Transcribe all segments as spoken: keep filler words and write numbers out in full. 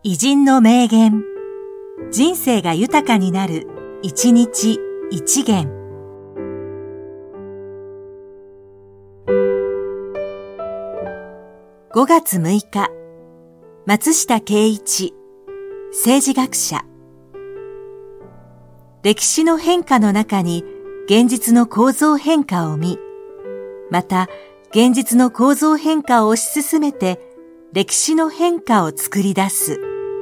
偉人の名言。人生が豊かになる、一日一元。ごがつむいか、松下圭一、政治学者。歴史の変化の中に現実の構造変化を見、また現実の構造変化を推し進めて歴史の変化を作り出す。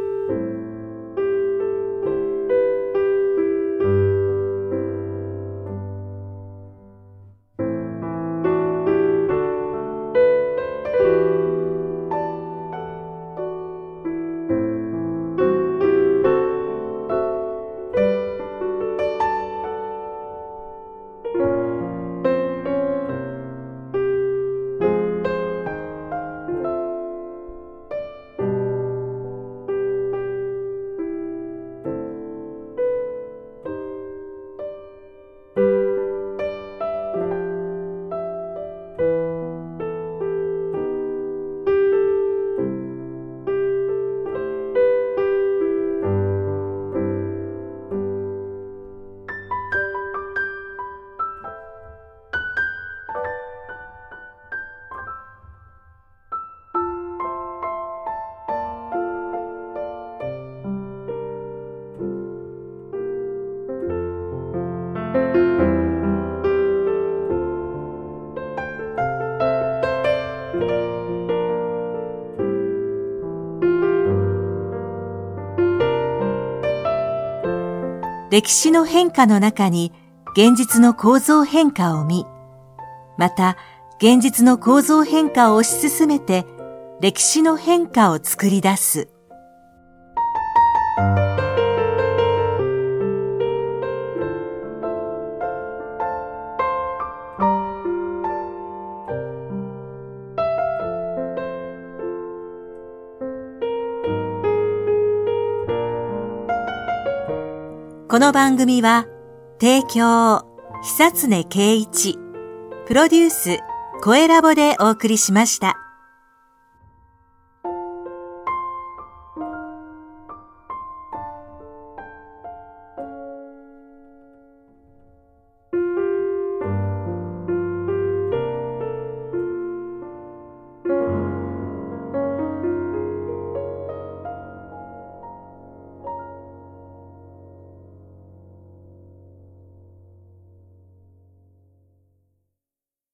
歴史の変化の中に現実の構造変化を見、また現実の構造変化を推し進めて歴史の変化を作り出す。この番組は提供久常圭一、プロデュース声ラボでお送りしました。